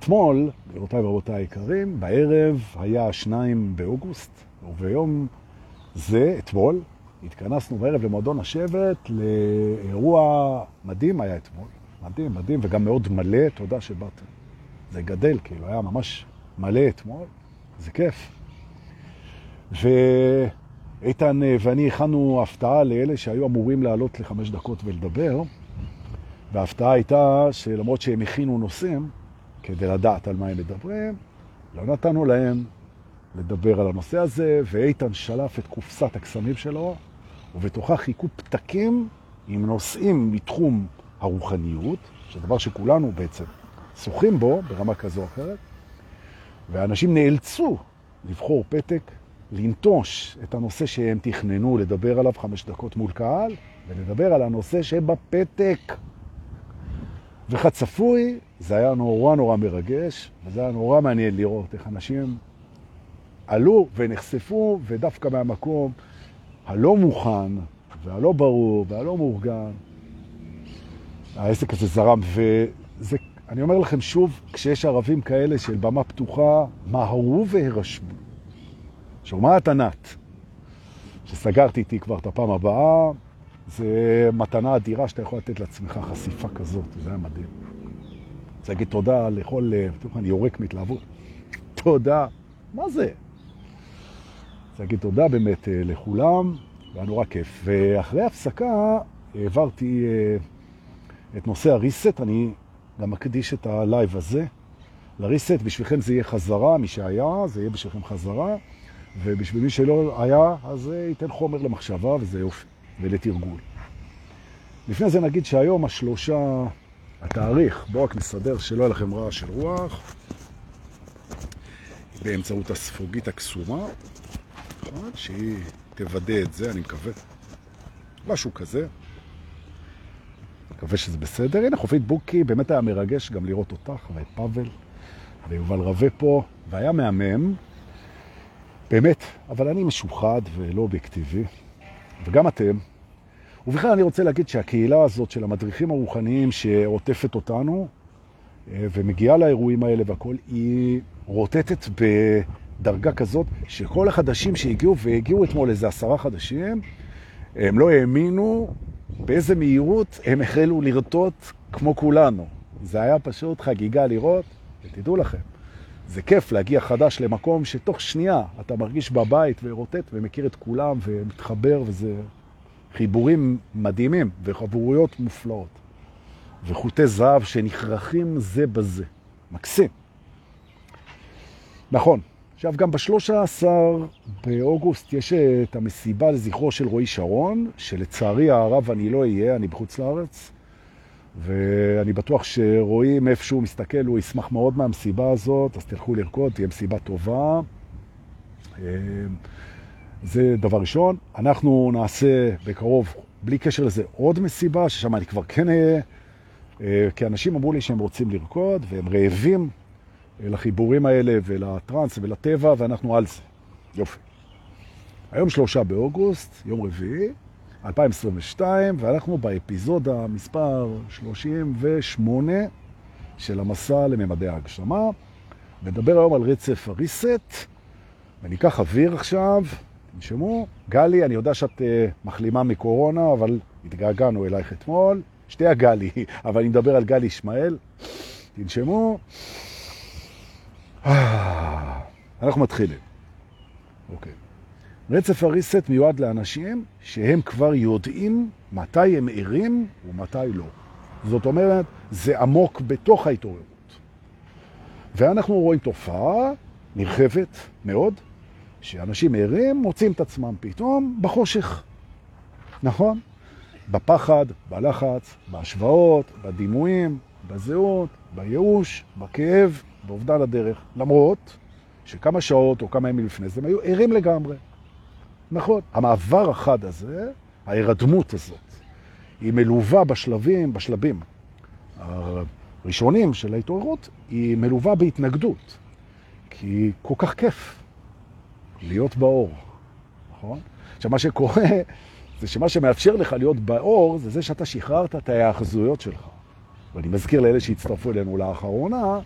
אתמול, גבירותיי ורבותיי היקרים, בערב היה 2 באוגוסט, וביום זה, אתמול, התכנסנו בערב למועדון השבט לאירוע מדהים היה אתמול. מדהים, מדהים, וגם מאוד מלא, תודה שבאתם. זה גדל, כאילו, היה ממש מלא אתמול, זה כיף. ואיתן ואני הכנו הפתעה לאלה שהיו אמורים לעלות ל5 דקות ולדבר, וההפתעה הייתה שלמרות שהם הכינו נושאים, כדי לדעת על מה הם מדברים, לא נתנו להם לדבר על הנושא הזה, ואיתן שלף את קופסת הקסמים שלו, ובתוכה חיכו פתקים עם נושאים מתחום הרוחניות, שדבר שכולנו בעצם שוחים בו ברמה כזו או אחרת, ואנשים נאלצו לבחור פתק, לנטוש את הנושא שהם תכננו לדבר עליו 5 דקות מול קהל, ולדבר על הנושא שבפתק. וחצפוי, זה היה נורא נורא מרגש, וזה היה נורא מעניין לראות איך אנשים עלו ונחשפו, ודווקא מהמקום הלא מוכן, והלא ברור, והלא מאורגן, העסק הזה זרם, וזה, אני אומר לכם שוב, כשיש ערבים כאלה של במה פתוחה, מהרו והרשמו. שומעת ענת, שסגרתי איתי כבר את הפעם הבאה, זה מתנה אדירה שאתה יכול לתת לעצמך חשיפה כזאת, זה היה מדהים. רוצה להגיד תודה לכל, אני יורק מתלהבות. תודה, מה זה? רוצה להגיד תודה באמת לכולם, והיה נורא כיף. ואחרי הפסקה העברתי את נושא הריסט, אני גם מקדיש את הלייב הזה לריסט, בשבילכם זה יהיה חזרה, מי שהיה, זה יהיה בשבילכם חזרה, ובשביל מי שלא היה, אז ייתן חומר למחשבה, וזה יופי, ולתרגול. לפני זה נגיד שהיום התאריך, בואו רק נסדר שלא יהיה לכם רעש של רוח, באמצעות הספוגית הקסומה, שהיא תוודא את זה, אני מקווה. משהו כזה. מקווה שזה בסדר. הנה, חופית בוקי, באמת היה מרגש גם לראות אותך, ואת פאבל, ויובל רווה פה, והיה מהמם. באמת, אבל אני משוחד ולא אובייקטיבי, וגם אתם. ובכלל אני רוצה להגיד שהקהילה הזאת של המדריכים הרוחניים שעוטפת אותנו, ומגיעה לאירועים האלה והכל, היא רוטטת בדרגה כזאת, שכל החדשים שהגיעו, והגיעו אתמול איזה 10 חדשים, הם לא האמינו באיזה מהירות הם החלו לרטוט כמו כולנו. זה היה פשוט חגיגה לראות, ותדעו לכם, זה כיף להגיע חדש למקום שתוך שנייה אתה מרגיש בבית ורוטט ומכיר את כולם ומתחבר, וזה חיבורים מדהימים וחברויות מופלאות. וחוטי זהב שנחרכים זה בזה. מקסים. נכון. עכשיו גם ב-13 באוגוסט יש את המסיבה לזכרו של רועי שרון, שלצערי הרב אני לא אהיה, אני בחוץ לארץ. ואני בטוח שרועי מאיפשהו מסתכל, הוא ישמח מאוד מהמסיבה הזאת, אז תלכו לרקוד, תהיה מסיבה טובה. זה דבר ראשון. אנחנו נעשה בקרוב, בלי קשר לזה, עוד מסיבה, ששם אני כבר כן אהיה, כי אנשים אמרו לי שהם רוצים לרקוד, והם רעבים לחיבורים האלה, ולטרנס ולטבע, ואנחנו על זה. יופי. היום 3 באוגוסט, יום רביעי, 2022, ואנחנו באפיזודה מספר 38 של המסע לממדי ההגשמה. נדבר היום על רצף הריסט, וניקח אוויר עכשיו. תנשמו. גלי, אני יודע שאת מחלימה מקורונה, אבל התגעגענו אלייך אתמול. שתי הגלי, אבל אני מדבר על גלי ישמעאל. תנשמו. אנחנו מתחילים. אוקיי. רצף הריסט מיועד לאנשים שהם כבר יודעים מתי הם ערים ומתי לא. זאת אומרת, זה עמוק בתוך ההתעוררות. ואנחנו רואים תופעה נרחבת מאוד, שאנשים ערים מוצאים את עצמם פתאום בחושך. נכון? בפחד, בלחץ, בהשוואות, בדימויים, בזהות, בייאוש, בכאב, באובדן הדרך. למרות שכמה שעות או כמה ימים לפני זה הם היו ערים לגמרי. נכון. המעבר החד הזה, ההירדמות הזאת, היא מלווה בשלבים הראשונים של ההתעוררות, היא מלווה בהתנגדות. כי כל כך כיף להיות באור. נכון? עכשיו מה שקורה זה שמה שמאפשר לך להיות באור זה שאתה שחררת את ההאחזויות שלך. ואני מזכיר לאלה שהצטרפו אלינו לאחרונה,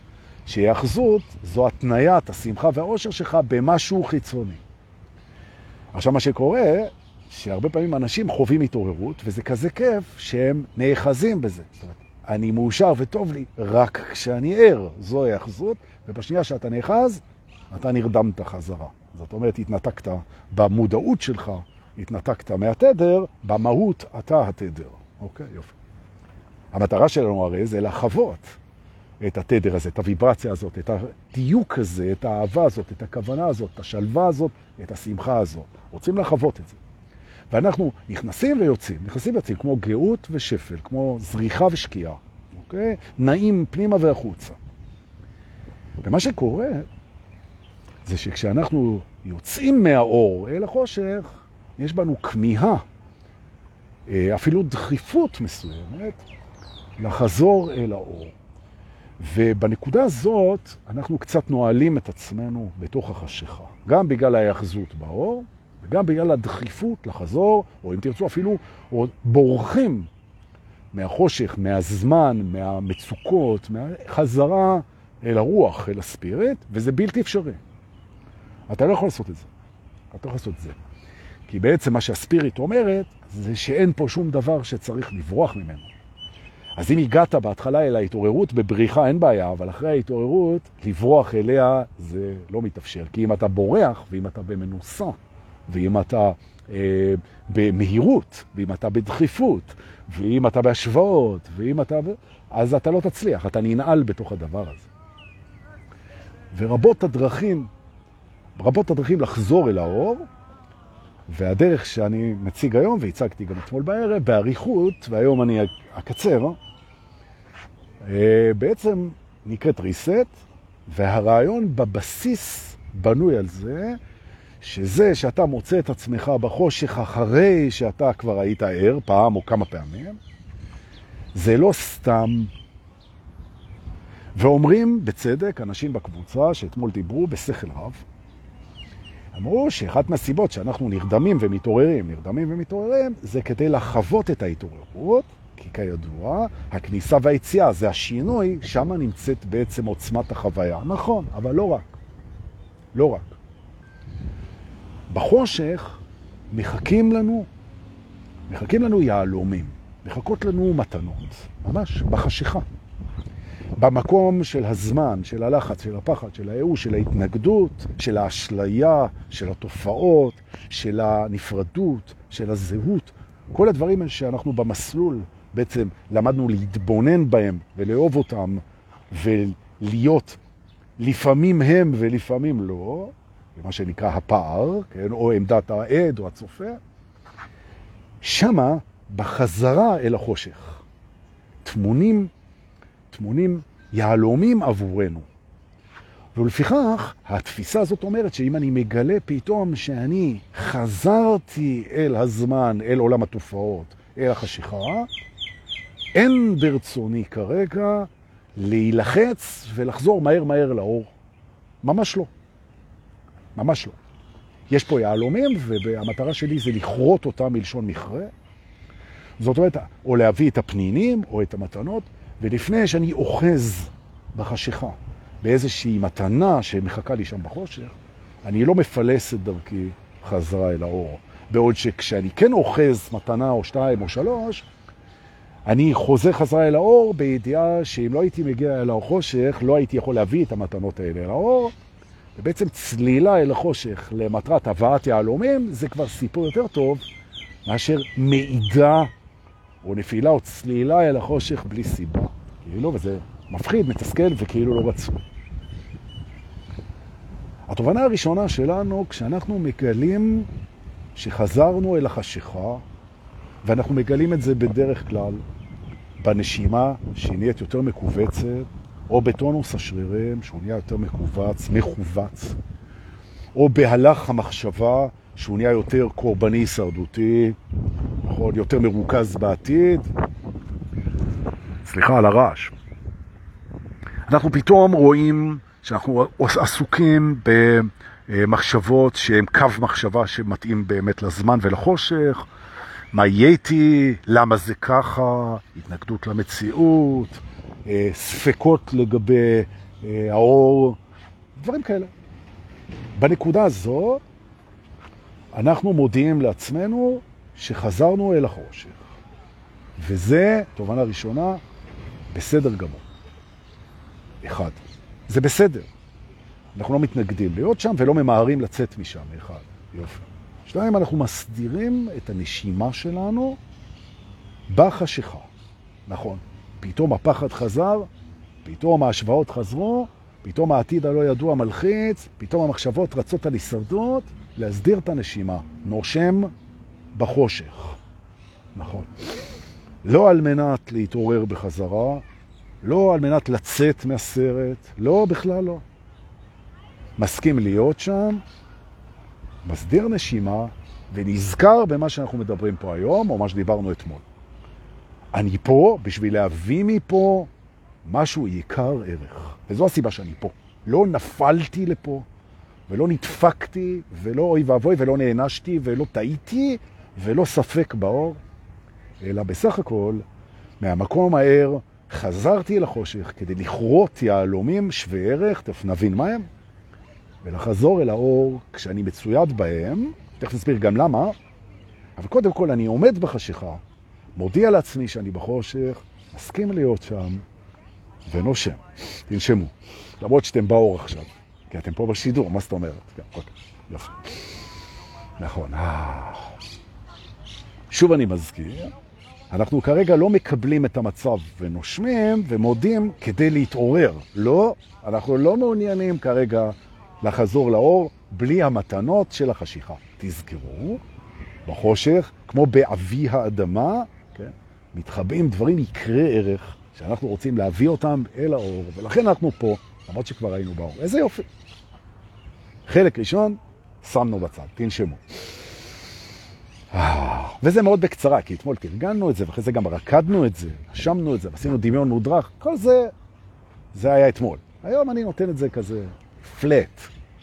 שהאחזות זו התניית השמחה והאושר שלך במשהו חיצוני. עכשיו מה שקורה, שהרבה פעמים אנשים חווים התעוררות, וזה כזה כיף שהם נאחזים בזה. זאת אומרת, אני מאושר וטוב לי רק כשאני ער, זו האחזות, ובשנייה שאתה נאחז, אתה נרדמת חזרה. זאת אומרת, התנתקת במודעות שלך, התנתקת מהתדר, במהות אתה התדר. אוקיי, יופי. המטרה שלנו הרי זה לחוות את התדר הזה, את הוויברציה הזאת, את הדיוק הזה, את האהבה הזאת, את הכוונה הזאת, את השלווה הזאת, את השמחה הזאת. רוצים לחוות את זה. ואנחנו נכנסים ויוצאים, כמו גאות ושפל, כמו זריחה ושקיעה, אוקיי? נעים פנימה והחוצה. ומה שקורה זה שכשאנחנו יוצאים מהאור אל החושך, יש בנו כמיהה, אפילו דחיפות מסוימת, לחזור אל האור. ובנקודה הזאת אנחנו קצת נועלים את עצמנו בתוך החשיכה. גם בגלל ההאחזות באור, וגם בגלל הדחיפות לחזור, או אם תרצו אפילו, או בורחים מהחושך, מהזמן, מהמצוקות, מהחזרה אל הרוח, אל הספיריט, וזה בלתי אפשרי. אתה לא יכול לעשות את זה. אתה לא יכול לעשות את זה. כי בעצם מה שהספיריט אומרת, זה שאין פה שום דבר שצריך לברוח ממנו. אז אם הגעת בהתחלה אל ההתעוררות, בבריחה אין בעיה, אבל אחרי ההתעוררות, לברוח אליה זה לא מתאפשר. כי אם אתה בורח, ואם אתה במנוסה, ואם אתה במהירות, ואם אתה בדחיפות, ואם אתה בהשוואות, אז אתה לא תצליח, אתה ננעל בתוך הדבר הזה. ורבות הדרכים לחזור אל האור, והדרך שאני מציג היום, והצגתי גם אתמול בערב, בעריכות, והיום אני אקצר, בעצם נקראת ריסט, והרעיון בבסיס בנוי על זה, שזה שאתה מוצא את עצמך בחושך אחרי שאתה כבר היית ער, פעם או כמה פעמים, זה לא סתם. ואומרים בצדק, אנשים בקבוצה שאתמול דיברו בשכל רב, אמרו שאחת מהסיבות שאנחנו נרדמים ומתעוררים, זה כדי לחוות את ההתעוררות, כי כידוע, הכניסה והיציאה, זה השינוי, שם נמצאת בעצם עוצמת החוויה. נכון, אבל לא רק. לא רק. בחושך מחכים לנו יעלומים, מחכות לנו מתנות, ממש בחשיכה. במקום של הזמן, של הלחץ, של הפחד, של הייאוש, של ההתנגדות, של האשליה, של התופעות, של הנפרדות, של הזהות. כל הדברים שאנחנו במסלול בעצם למדנו להתבונן בהם ולאהוב אותם ולהיות לפעמים הם ולפעמים לא, מה שנקרא הפער, כן? או עמדת העד או הצופה, שמה בחזרה אל החושך תמונים יעלומים עבורנו. ולפיכך, התפיסה הזאת אומרת שאם אני מגלה פתאום שאני חזרתי אל הזמן, אל עולם התופעות, אל החשיכה, אין ברצוני כרגע להילחץ ולחזור מהר לאור. ממש לא. ממש לא. יש פה יעלומים, והמטרה שלי זה לכרות אותם מלשון מכרה. זאת אומרת, או להביא את הפנינים או את המתנות, ולפני שאני אוחז בחשיכה באיזושהי מתנה שמחכה לי שם בחושך, אני לא מפלס את דרכי חזרה אל האור. בעוד שכשאני כן אוחז מתנה או 2 או 3, אני חוזר חזרה אל האור בידיעה שאם לא הייתי מגיע אל החושך, לא הייתי יכול להביא את המתנות האלה אל האור, ובעצם צלילה אל החושך למטרת הבאת יעלומים, זה כבר סיפור יותר טוב מאשר מעידה או נפילה או צלילה אל החושך בלי סיבה. כאילו, וזה מפחיד, מתסכל וכאילו לא רצו. התובנה הראשונה שלנו, כשאנחנו מגלים שחזרנו אל החשיכה, ואנחנו מגלים את זה בדרך כלל בנשימה שהיא נהיית יותר מקובצת, או בטונוס השרירים שהוא נהיה יותר מחובץ, או בהלך המחשבה שהוא נהיה יותר קורבני הישרדותי, נכון, יותר מרוכז בעתיד. סליחה על הרעש. אנחנו פתאום רואים שאנחנו עסוקים במחשבות שהן קו מחשבה שמתאים באמת לזמן ולחושך. מה הייתי? למה זה ככה? התנגדות למציאות, ספקות לגבי האור, דברים כאלה. בנקודה הזו, אנחנו מודיעים לעצמנו שחזרנו אל החושך. וזה, תובנה ראשונה, בסדר גמור. אחד, זה בסדר. אנחנו לא מתנגדים להיות שם ולא ממהרים לצאת משם. אחד, יופי. שתיים, אנחנו מסדירים את הנשימה שלנו בחשיכה. נכון. פתאום הפחד חזר, פתאום ההשוואות חזרו, פתאום העתיד הלא ידוע מלחיץ, פתאום המחשבות רצות על הישרדות, להסדיר את הנשימה. נושם בחושך. נכון. לא על מנת להתעורר בחזרה, לא על מנת לצאת מהסרט, לא, בכלל לא. מסכים להיות שם, מסדיר נשימה, ונזכר במה שאנחנו מדברים פה היום, או מה שדיברנו אתמול. אני פה בשביל להביא מפה משהו יקר ערך. וזו הסיבה שאני פה. לא נפלתי לפה, ולא נדפקתי, ולא אוי ואבוי, ולא נענשתי, ולא טעיתי, ולא ספק באור, אלא בסך הכל, מהמקום הער, חזרתי לחושך כדי לכרות יהלומים שווה ערך, תכף נבין מה הם, ולחזור אל האור כשאני מצויד בהם, תכף נסביר גם למה, אבל קודם כל אני עומד בחשיכה, מודיע לעצמי שאני בחושך, מסכים להיות שם, ונושם. תנשמו. למרות שאתם באור עכשיו, כי אתם פה בשידור, מה זאת אומרת? כן, אוקיי, יפה. נכון. שוב אני מזכיר, אנחנו כרגע לא מקבלים את המצב ונושמים ומודים כדי להתעורר. לא, אנחנו לא מעוניינים כרגע לחזור לאור בלי המתנות של החשיכה. תזכרו, בחושך, כמו באבי האדמה, כן? מתחבאים דברים יקרי ערך שאנחנו רוצים להביא אותם אל האור, ולכן אנחנו פה, למרות שכבר היינו באור. איזה יופי. חלק ראשון, שמנו בצד, תנשמו. וזה מאוד בקצרה, כי אתמול תרגלנו את זה, ואחרי זה גם רקדנו את זה, שמנו את זה, עשינו דמיון מודרך, כל זה, זה היה אתמול. היום אני נותן את זה כזה פלט.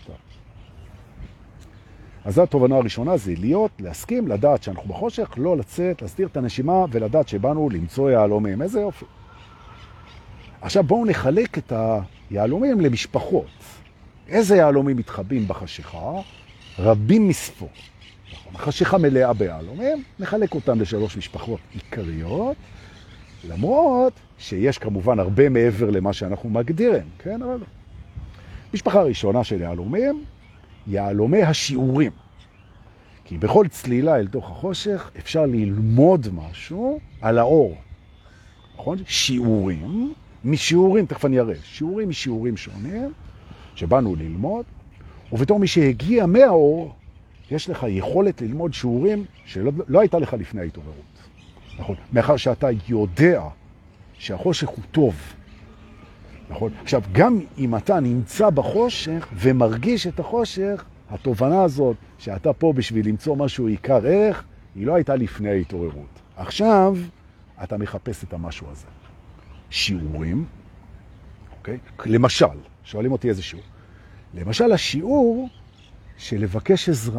אז התובנה הראשונה זה להיות, להסכים, לדעת שאנחנו בחושך, לא לצאת, להסתיר את הנשימה ולדעת שבאנו למצוא יהלומים. איזה יופי. עכשיו בואו נחלק את היהלומים למשפחות. איזה יהלומים מתחבאים בחשיכה? רבים מספור. החשיכה מלאה ביהלומים, נחלק אותם לשלוש משפחות עיקריות, למרות שיש כמובן הרבה מעבר למה שאנחנו מגדירים, כן? אבל משפחה ראשונה של יהלומים, יהלומי השיעורים. כי בכל צלילה אל תוך החושך אפשר ללמוד משהו על האור. נכון? שיעורים משיעורים, תכף אני אראה, שיעורים משיעורים שונים שבאנו ללמוד, ובתור מי שהגיע מהאור, יש לך יכולת ללמוד שיעורים שלא הייתה לך לפני ההתעוררות. נכון? מאחר שאתה יודע שהחושך הוא טוב. נכון? עכשיו, גם אם אתה נמצא בחושך ומרגיש את החושך, התובנה הזאת שאתה פה בשביל למצוא משהו עיקר ערך, היא לא הייתה לפני ההתעוררות. עכשיו, אתה מחפש את המשהו הזה. שיעורים, אוקיי? למשל, שואלים אותי איזה שיעור. למשל, השיעור של לבקש עזרה.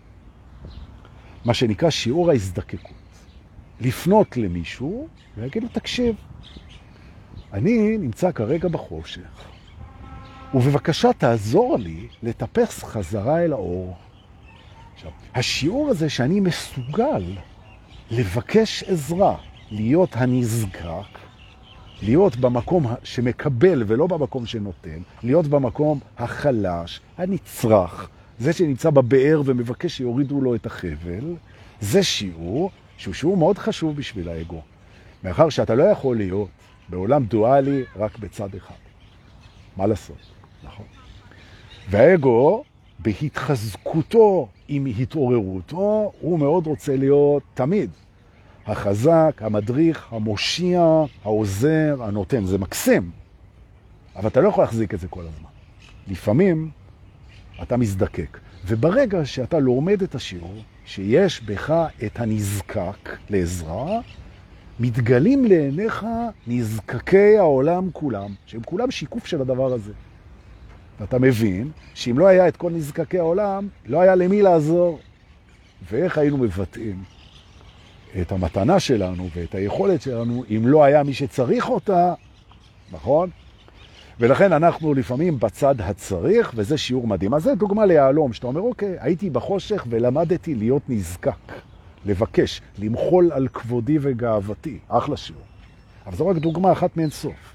מה שנקרא שיעור ההזדקקות. לפנות למישהו ולהגיד לו, תקשיב, אני נמצא כרגע בחושך, ובבקשה תעזור לי לטפס חזרה אל האור. עכשיו, השיעור הזה שאני מסוגל לבקש עזרה, להיות הנזקק, להיות במקום שמקבל ולא במקום שנותן, להיות במקום החלש, הנצרך, זה שנמצא בבאר ומבקש שיורידו לו את החבל, זה שיעור שהוא שיעור מאוד חשוב בשביל האגו. מאחר שאתה לא יכול להיות בעולם דואלי רק בצד אחד. מה לעשות? נכון. והאגו, בהתחזקותו עם התעוררותו, הוא מאוד רוצה להיות תמיד החזק, המדריך, המושיע, העוזר, הנותן. זה מקסים. אבל אתה לא יכול להחזיק את זה כל הזמן. לפעמים אתה מזדקק. וברגע שאתה לומד את השיעור, שיש בך את הנזקק לעזרה, מתגלים לעיניך נזקקי העולם כולם, שהם כולם שיקוף של הדבר הזה. ואתה מבין שאם לא היה את כל נזקקי העולם, לא היה למי לעזור. ואיך היינו מבטאים את המתנה שלנו ואת היכולת שלנו, אם לא היה מי שצריך אותה, נכון? ולכן אנחנו לפעמים בצד הצריך, וזה שיעור מדהים. אז זה דוגמה ליהלום, שאתה אומר, אוקיי, הייתי בחושך ולמדתי להיות נזקק, לבקש, למחול על כבודי וגאוותי. אחלה שיעור. אבל זו רק דוגמה אחת מאין סוף.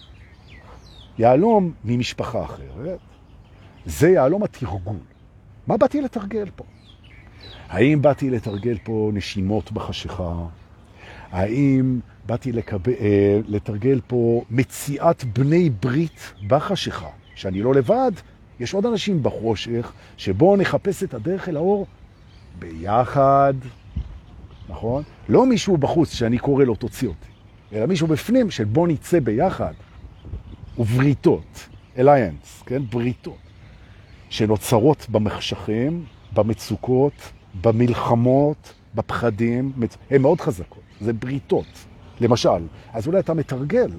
יהלום ממשפחה אחרת, זה יהלום התרגול. מה באתי לתרגל פה? האם באתי לתרגל פה נשימות בחשיכה? האם באתי לתרגל פה מציאת בני ברית בחשיכה? שאני לא לבד, יש עוד אנשים בחושך, שבו נחפש את הדרך אל האור ביחד, נכון? לא מישהו בחוץ שאני קורא לו תוציא אותי, אלא מישהו בפנים של בוא נצא ביחד, ובריתות, אלייאנס, כן? בריתות, שנוצרות במחשכים, במצוקות, במלחמות, בפחדים, הן מאוד חזקות, זה בריתות. למשל, אז אולי אתה מתרגל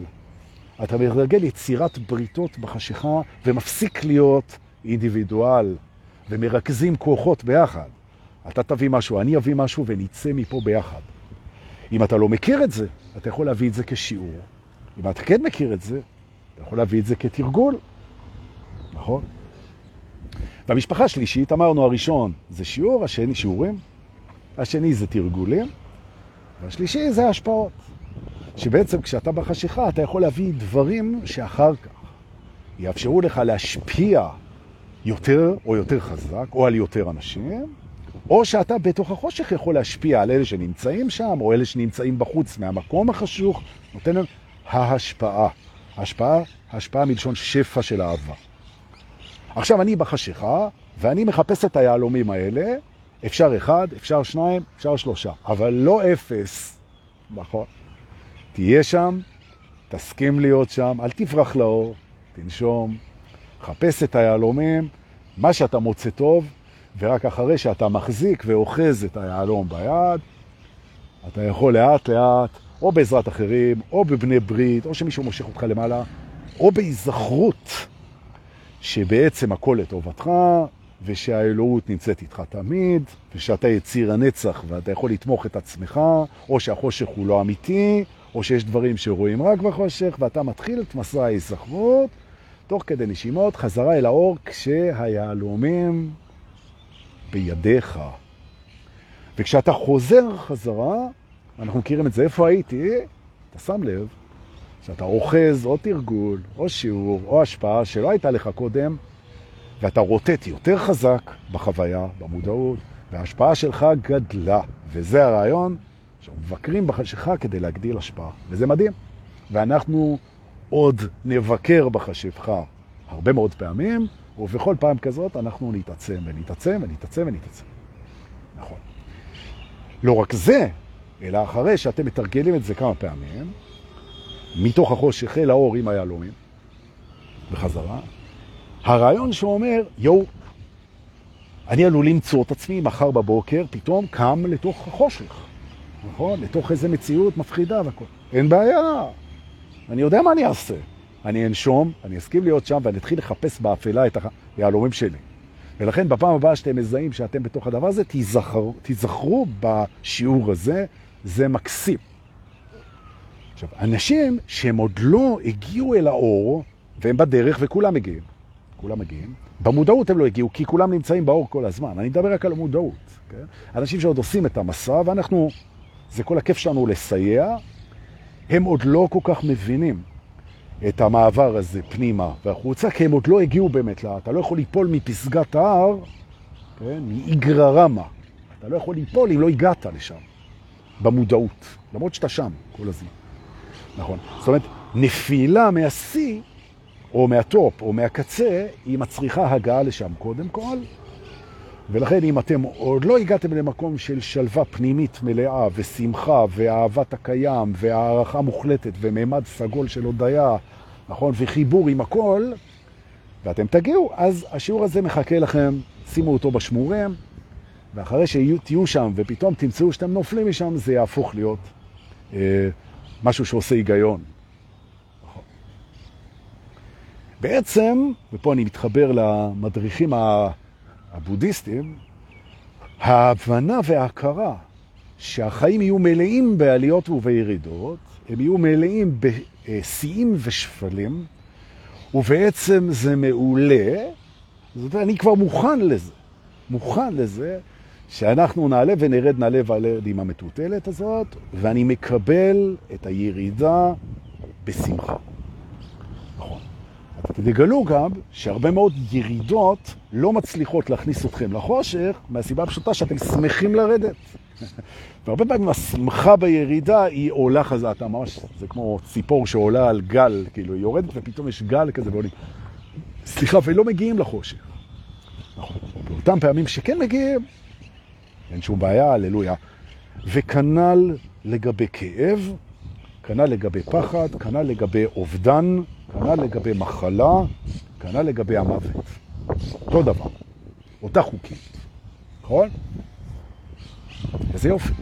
יצירת בריתות בחשיכה, ומפסיק להיות אינדיבידואל, ומרכזים כוחות ביחד. אתה תביא משהו, אני אביא משהו, וניצא מפה ביחד. אם אתה לא מכיר את זה, אתה יכול להביא את זה כשיעור. אם אתה כן מכיר את זה, אתה יכול להביא את זה כתרגול. נכון? והמשפחה השלישית, אמרנו, הראשון זה שיעור, השני שיעורים, השני זה תרגולים, והשלישי זה השפעות. שבעצם כשאתה בחשיכה, אתה יכול להביא דברים שאחר כך יאפשרו לך להשפיע יותר או יותר חזק, או על יותר אנשים, או שאתה בתוך החושך יכול להשפיע על אלה שנמצאים שם, או אלה שנמצאים בחוץ מהמקום החשוך, נותן להם ההשפעה. השפעה מלשון שפע של אהבה. עכשיו אני בחשיכה, ואני מחפש את היהלומים האלה, אפשר אחד, אפשר שניים, אפשר שלושה, אבל לא אפס. נכון? תהיה שם, תסכים להיות שם, אל תברח לאור, תנשום, חפש את היהלומים, מה שאתה מוצא טוב, ורק אחרי שאתה מחזיק ואוחז את היהלום ביד, אתה יכול לאט לאט, או בעזרת אחרים, או בבני ברית, או שמישהו מושך אותך למעלה, או בהיזכרות שבעצם הכל לטובתך, ושהאלוהות נמצאת איתך תמיד, ושאתה יציר הנצח ואתה יכול לתמוך את עצמך, או שהחושך הוא לא אמיתי, או שיש דברים שרואים רק בחושך, ואתה מתחיל את מסע ההיזכרות, תוך כדי נשימות, חזרה אל האור כשהיהלומים בידיך. וכשאתה חוזר חזרה, אנחנו מכירים את זה, איפה הייתי? אתה שם לב שאתה אוחז או תרגול, או שיעור, או השפעה שלא הייתה לך קודם, ואתה רוטט יותר חזק בחוויה, במודעות, וההשפעה שלך גדלה. וזה הרעיון שמבקרים בחשיכה כדי להגדיל השפעה. וזה מדהים. ואנחנו עוד נבקר בחשיכה הרבה מאוד פעמים, ובכל פעם כזאת אנחנו נתעצם ונתעצם ונתעצם ונתעצם. נכון. לא רק זה, אלא אחרי שאתם מתרגלים את זה כמה פעמים, מתוך החושך אל האור עם היהלומים, בחזרה, הרעיון שאומר, אני עלול למצוא את עצמי מחר בבוקר, פתאום קם לתוך החושך. נכון? לתוך איזו מציאות מפחידה וכל. אין בעיה. אני יודע מה אני אעשה. אני אנשום, אני אסכים להיות שם, ואני אתחיל לחפש באפלה את היהלומים שלי. ולכן בפעם הבאה שאתם מזהים שאתם בתוך הדבר הזה, תיזכרו בשיעור הזה, זה מקסים. עכשיו, אנשים שהם עוד לא הגיעו אל האור, והם בדרך וכולם מגיעים. כולם מגיעים. במודעות הם לא הגיעו, כי כולם נמצאים באור כל הזמן. אני מדבר רק על המודעות. כן? אנשים שעוד עושים את המסע, ואנחנו, זה כל הכיף שלנו לסייע, הם עוד לא כל כך מבינים את המעבר הזה פנימה והחוצה, כי הם עוד לא הגיעו באמת לה. אתה לא יכול ליפול מפסגת ההר, כן? מאיגרא רמא. אתה לא יכול ליפול אם לא הגעת לשם, במודעות, למרות שאתה שם כל הזמן. נכון. זאת אומרת, נפילה מהשיא, או מהטופ, או מהקצה, היא מצריכה הגעה לשם קודם כל, ולכן אם אתם עוד לא הגעתם למקום של שלווה פנימית מלאה, ושמחה, ואהבת הקיים, והערכה מוחלטת, וממד סגול של הודיה, נכון, וחיבור עם הכל, ואתם תגיעו, אז השיעור הזה מחכה לכם, שימו אותו בשמורים, ואחרי שתהיו שם, ופתאום תמצאו שאתם נופלים משם, זה יהפוך להיות משהו שעושה היגיון. בעצם, ופה אני מתחבר למדריכים הבודהיסטים, ההבנה וההכרה שהחיים יהיו מלאים בעליות ובירידות, הם יהיו מלאים בשיאים ושפלים, ובעצם זה מעולה, זאת אומרת, אני כבר מוכן לזה, שאנחנו נעלה ונרד, עם המטוטלת הזאת, ואני מקבל את הירידה בשמחה. נכון. אתם תגלו גם שהרבה מאוד ירידות לא מצליחות להכניס אתכם לחושך, מהסיבה הפשוטה שאתם שמחים לרדת. והרבה פעמים השמחה בירידה היא עולה חזק, אתה ממש, זה כמו ציפור שעולה על גל, כאילו היא יורדת ופתאום יש גל כזה ועולים. סליחה, ולא מגיעים לחושך. נכון. באותם פעמים שכן מגיעים, אין שום בעיה, הללויה. וכנל לגבי כאב, כנל לגבי פחד, כנל לגבי אובדן, כנל לגבי מחלה, כנל לגבי המוות. אותו דבר. אותה חוקית. נכון? איזה יופי.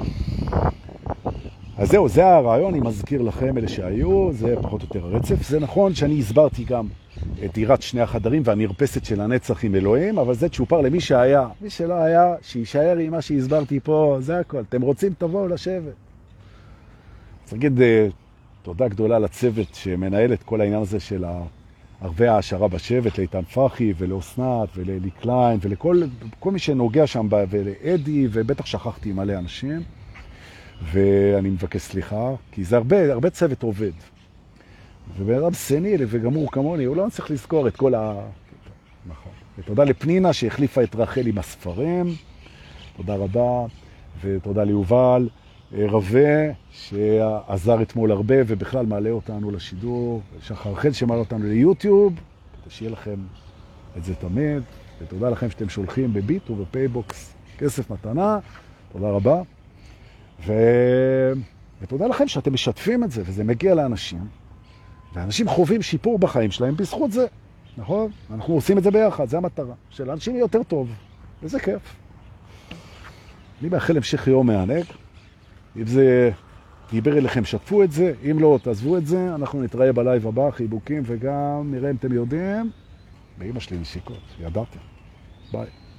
אז זהו, זה הרעיון, אני מזכיר לכם אלה שהיו, זה פחות או יותר הרצף. זה נכון שאני הסברתי גם את דירת שני החדרים והמרפסת של הנצח עם אלוהים, אבל זה צ'ופר למי שהיה. מי שלא היה, שישאר עם מה שהסברתי פה, זה הכל. אתם רוצים, תבואו לשבת. אז נגיד, תודה גדולה לצוות שמנהל את כל העניין הזה של ערבי ההשערה בשבט, לאיתן פרחי ולאוסנת ולאלי קליין ולכל מי שנוגע שם, ולאדי, ובטח שכחתי מלא אנשים. ואני מבקש סליחה, כי זה הרבה צוות עובד. ובן אדם סניל וגמור כמוני, הוא לא צריך לזכור את כל נכון. ותודה לפנינה שהחליפה את רחל עם הספרים. תודה רבה. ותודה ליובל רווה שעזר אתמול הרבה ובכלל מעלה אותנו לשידור. שחר חל שמעלה אותנו ליוטיוב. שיהיה לכם את זה תמיד. ותודה לכם שאתם שולחים בביט ובפייבוקס כסף מתנה. תודה רבה. ותודה לכם שאתם משתפים את זה, וזה מגיע לאנשים, ואנשים חווים שיפור בחיים שלהם בזכות זה, נכון? אנחנו עושים את זה ביחד, זה המטרה, שלאנשים יהיה יותר טוב, וזה כיף. אני מאחל המשך יום מענג, אם זה דיבר אליכם, שתפו את זה, אם לא, תעזבו את זה, אנחנו נתראה בלייב הבא, חיבוקים, וגם נראה אם אתם יודעים, באמא שלי נשיקות, ידעתם. ביי.